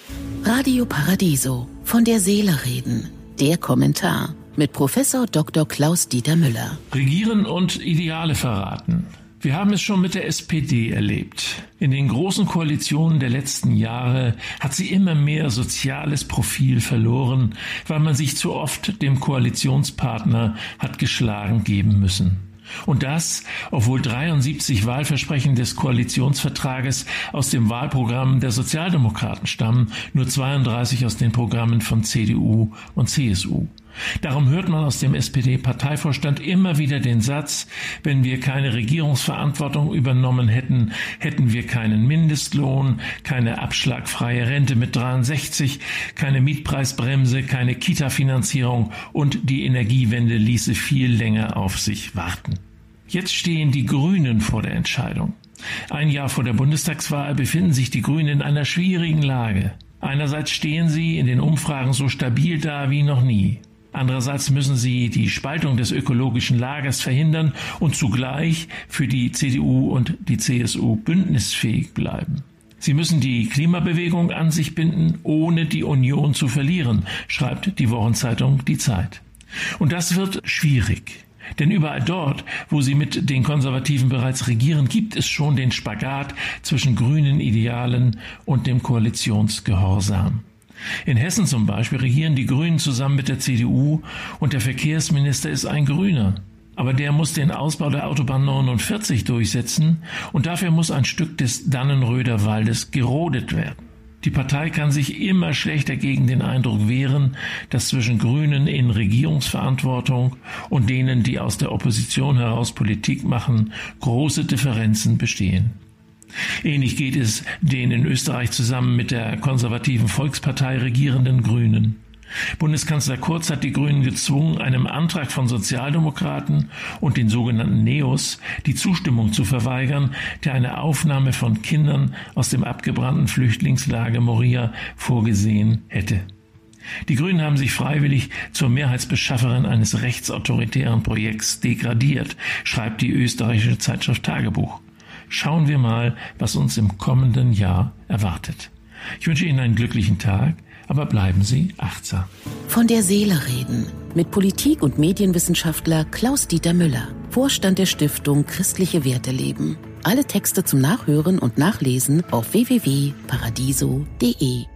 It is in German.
Radio Paradiso, von der Seele reden. Der Kommentar mit Professor Dr. Klaus-Dieter Müller. Regieren und Ideale verraten. Wir haben es schon mit der SPD erlebt. In den großen Koalitionen der letzten Jahre hat sie immer mehr soziales Profil verloren, weil man sich zu oft dem Koalitionspartner hat geschlagen geben müssen. Und das, obwohl 73 Wahlversprechen des Koalitionsvertrages aus dem Wahlprogramm der Sozialdemokraten stammen, nur 32 aus den Programmen von CDU und CSU. Darum hört man aus dem SPD-Parteivorstand immer wieder den Satz, wenn wir keine Regierungsverantwortung übernommen hätten, hätten wir keinen Mindestlohn, keine abschlagfreie Rente mit 63, keine Mietpreisbremse, keine Kita-Finanzierung und die Energiewende ließe viel länger auf sich warten. Jetzt stehen die Grünen vor der Entscheidung. Ein Jahr vor der Bundestagswahl befinden sich die Grünen in einer schwierigen Lage. Einerseits stehen sie in den Umfragen so stabil da wie noch nie. Andererseits müssen sie die Spaltung des ökologischen Lagers verhindern und zugleich für die CDU und die CSU bündnisfähig bleiben. Sie müssen die Klimabewegung an sich binden, ohne die Union zu verlieren, schreibt die Wochenzeitung Die Zeit. Und das wird schwierig. Denn überall dort, wo sie mit den Konservativen bereits regieren, gibt es schon den Spagat zwischen grünen Idealen und dem Koalitionsgehorsam. In Hessen zum Beispiel regieren die Grünen zusammen mit der CDU und der Verkehrsminister ist ein Grüner. Aber der muss den Ausbau der Autobahn 49 durchsetzen und dafür muss ein Stück des Dannenröder Waldes gerodet werden. Die Partei kann sich immer schlechter gegen den Eindruck wehren, dass zwischen Grünen in Regierungsverantwortung und denen, die aus der Opposition heraus Politik machen, große Differenzen bestehen. Ähnlich geht es den in Österreich zusammen mit der konservativen Volkspartei regierenden Grünen. Bundeskanzler Kurz hat die Grünen gezwungen, einem Antrag von Sozialdemokraten und den sogenannten Neos die Zustimmung zu verweigern, der eine Aufnahme von Kindern aus dem abgebrannten Flüchtlingslager Moria vorgesehen hätte. Die Grünen haben sich freiwillig zur Mehrheitsbeschafferin eines rechtsautoritären Projekts degradiert, schreibt die österreichische Zeitschrift Tagebuch. Schauen wir mal, was uns im kommenden Jahr erwartet. Ich wünsche Ihnen einen glücklichen Tag, aber bleiben Sie achtsam. Von der Seele reden mit Politik- und Medienwissenschaftler Klaus-Dieter Müller, Vorstand der Stiftung Christliche Werte leben. Alle Texte zum Nachhören und Nachlesen auf www.paradiso.de.